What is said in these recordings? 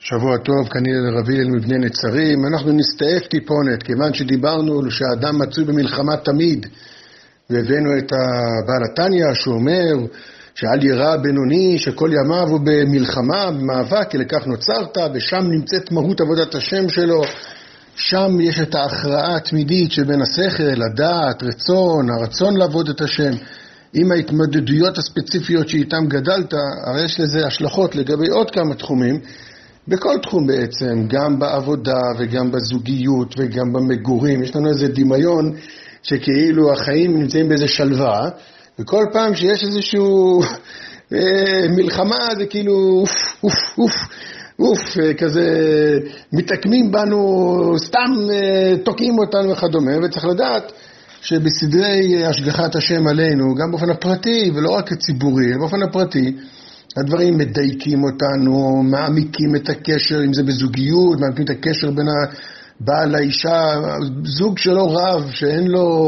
שבוע טוב, כנראה לרבי אל מבני נצרים. אנחנו נסתעף טיפונת, כיוון שדיברנו שהאדם מצוי במלחמה תמיד, והבאנו את הבעל התניא שאומר שעל ירא בינוני שכל ימיו הוא במלחמה, במאבק, כי לכך נוצרת, ושם נמצאת מהות עבודת השם שלו. שם יש את ההכרעה התמידית שבין השכל, הדעת, רצון, הרצון לעבוד את השם. עם ההתמודדויות הספציפיות שאיתם גדלת, הרי יש לזה השלכות לגבי עוד כמה תחומים, בכל תחום בעצם, גם בעבודה וגם בזוגיות וגם במגורים. יש לנו איזה דמיון שכאילו החיים נמצאים באיזה שלווה, וכל פעם שיש איזשהו מלחמה זה כאילו אוף, כזה מתעקמים בנו, סתם תוקעים אותנו וכדומה, וצריך לדעת שבסדרי השגחת השם עלינו, גם באופן הפרטי ולא רק הציבורי, באופן הפרטי, הדברים מדייקים אותנו, מעמיקים את הקשר, אם זה בזוגיות, מעמיקים את הקשר בין הבעל לאישה, זוג שלא רב, שאין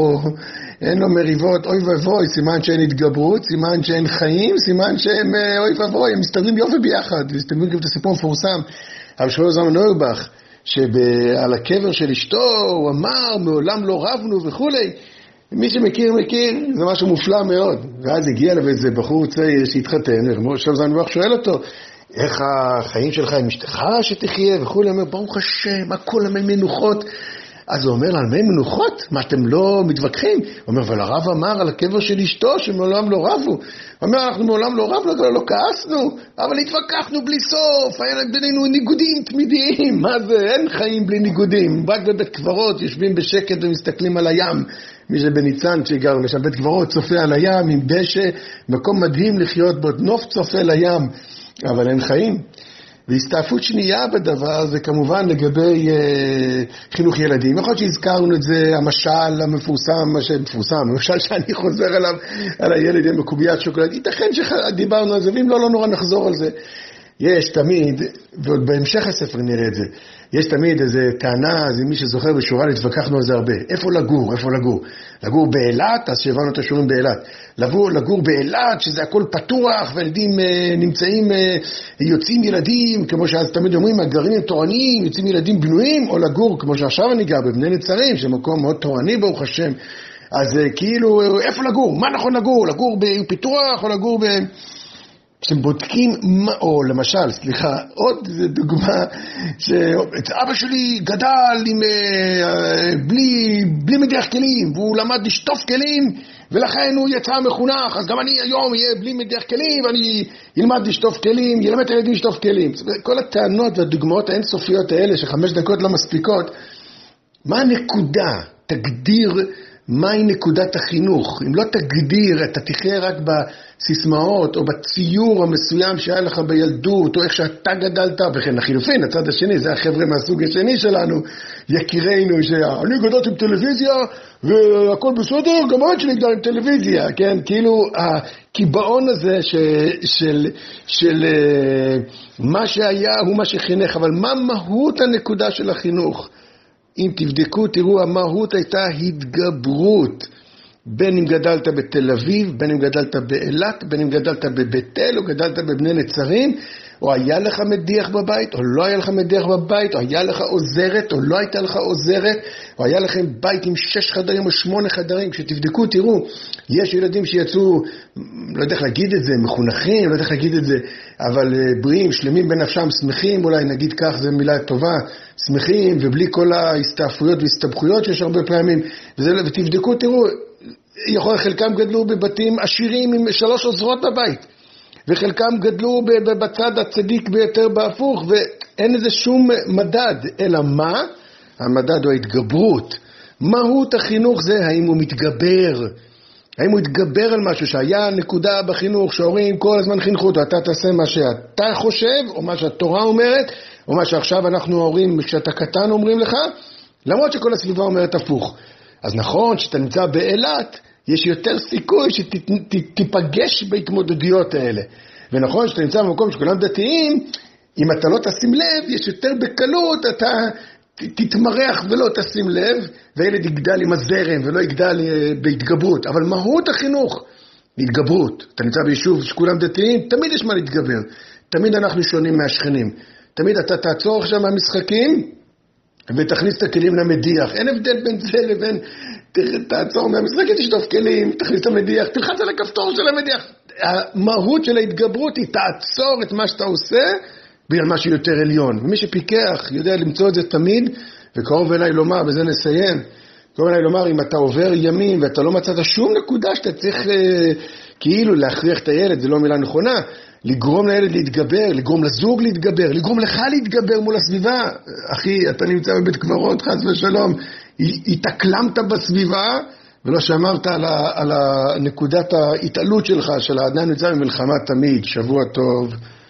לו מריבות, אוי ובוי, סימן שאין התגברות, סימן שאין חיים, סימן שהם אוי ובוי, הם מסתדרים יופי ביחד, וסתמרו גם את הסיפור המפורסם, אבל שלמה זלמן אוירבך, שעל הקבר של אשתו, הוא אמר, מעולם לא רבנו וכולי, מי שמכיר, זה משהו מופלא מאוד. ואז הגיע לו איזה בחור צעיר שהתחתן, ושלמה זלמן אוירבך שואל אותו, איך החיים שלך עם אשתך שתחיה וכולי, הוא אומר, ברוך השם, הכל עמי מנוחות. אז הוא אומר, על מי מנוחות? מה, אתם לא מתווכחים? הוא אומר, אבל הרב אמר על הקבר של אשתו שמעולם לא רבו. הוא אומר, אנחנו מעולם לא רבנו, אבל לא כעסנו, אבל התווכחנו בלי סוף, היה בינינו ניגודים תמידיים. מה זה? אין חיים בלי ניגודים. רק בבית קברות יושבים בשקט ומסתכלים על הים. מי שבניצן שגר, שם בית קברות צופה על הים עם דשא, מקום מדהים לחיות בו, נוף צופה לים, אבל אין חיים. והסתעפות שנייה בדבר זה כמובן לגבי חינוך ילדים. יכול להיות שהזכרנו את זה, המשל המפורסם, המשל שאני חוזר עליו, על הילד עם קוביית שוקולד. ייתכן שדיברנו על זה, ואם לא נורא נחזור על זה. יש תמיד, ועוד בהמשך הספר נראה את זה, יש תמיד איזו טענה, זה מי שזוכר בשורה, התווכחנו על זה הרבה. איפה לגור? לגור באילת, אז שהבנו את השיעורים באילת. לגור באילת, שזה הכל פתוח, וילדים נמצאים, יוצאים ילדים, כמו שאז תמיד אומרים, הגרעינים תורניים, יוצאים ילדים בנויים, או לגור, כמו שעכשיו אני גר, בבני נצרים, שמקום מאוד תורני ברוך השם. אז כאילו, איפה לגור? מה נכון לגור? לגור בפיתוח, או לגור כשבודקים, או למשל, עוד דוגמה, שאבא שלי גדל בלי מדיח כלים, והוא למד לשטוף כלים, ולכן הוא יצא מחונך, אז גם אני היום יהיה בלי מדיח כלים, ואני ילמד לשטוף כלים, ילמד את הילדים לשטוף כלים. כל הטענות והדוגמאות האינסופיות האלה, ש5 דקות לא מספיקות, מה הנקודה? תגדיר מהי נקודת החינוך. אם לא תגדיר, אתה תחיה רק בסיסמאות או בציור המסוים שהיה לך בילדות, או איך שאתה גדלת, וכן החילופין, הצד השני, זה החבר'ה מהסוג השני שלנו, יקירנו, שאני גדלתי עם טלוויזיה, והכל בסדר, גם עוד שלי גדל עם טלוויזיה, כן? כאילו, הקיבעון הזה של מה שהיה הוא מה שחינך, אבל מה מהות הנקודה של החינוך? אם תבדקו, תראו, המהות הייתה התגברות. בין אם גדלת בתל אביב, בין אם גדלת באילת, בין אם גדלת בבית אל, או גדלת בבני נצרים, או היה לך מדיח בבית, או לא היה לך מדיח בבית, או היה לך עוזרת, או לא הייתה לך עוזרת, או היה לכם בית עם 6 חדרים או 8 חדרים. כשתבדקו, תראו, יש ילדים שיצאו, לא יודע איך להגיד את זה, מחונכים, לא יודע איך להגיד את זה, אבל בריאים, שלמים בנפשם, שמחים, אולי נגיד כך, זו מילה טובה, שמחים, ובלי כל ההסתעפויות והסתבכויות שיש הרבה פעמים, ותבדקו, תראו, חלקם גדלו בבתים עשירים עם 3 עוזרות בבית, וחלקם גדלו בצד הצדיק ביותר בהפוך, ואין איזה שום מדד, אלא מה? המדד הוא ההתגברות. מהות החינוך זה האם הוא מתגבר, האם הוא התגבר על משהו שהיה נקודה בחינוך, שההורים כל הזמן חינכו אותו, אתה תעשה מה שאתה חושב, או מה שהתורה אומרת, או מה שעכשיו אנחנו ההורים, כשאתה קטן אומרים לך, למרות שכל הסביבה אומרת הפוך. אז נכון שאתה נמצא באילת, יש יותר סיכוי שתיפגש בהתמודדויות האלה. ונכון שאתה נמצא במקום שכולם דתיים, אם אתה לא תשים לב, יש יותר בקלות, אתה תתמרח ולא תשים לב, והילד יגדל עם הזרם ולא יגדל בהתגברות. אבל מהות החינוך, התגברות. אתה נמצא ביישוב שכולם דתיים, תמיד יש מה להתגבר. תמיד אנחנו שונים מהשכנים. תמיד אתה תעצור עכשיו מהמשחקים, ותכניס את הכלים למדיח. אין הבדל בין זה לבין, תעצור מהמשחקים, תשטוף כלים, תכניס למדיח, תלחץ על הכפתור של המדיח. המהות של ההתגברות היא תעצור את מה שאתה עושה, בגלל משהו יותר עליון. ומי שפיקח יודע למצוא את זה תמיד, וקרוב אליי לומר, בזה נסיים, קרוב אליי לומר, אם אתה עובר ימים, ואתה לא מצאת שום נקודה שאתה צריך כאילו להכריח את הילד, זה לא מילה נכונה, לגרום לילד להתגבר, לגרום לזוג להתגבר, לגרום לך להתגבר מול הסביבה. אחי, אתה נמצא בבית קברות, חס ושלום, התאקלמת בסביבה, ולא שמרת על נקודת ההתעלות שלך, של האדם נמצא במלחמה תמיד. שבוע טוב.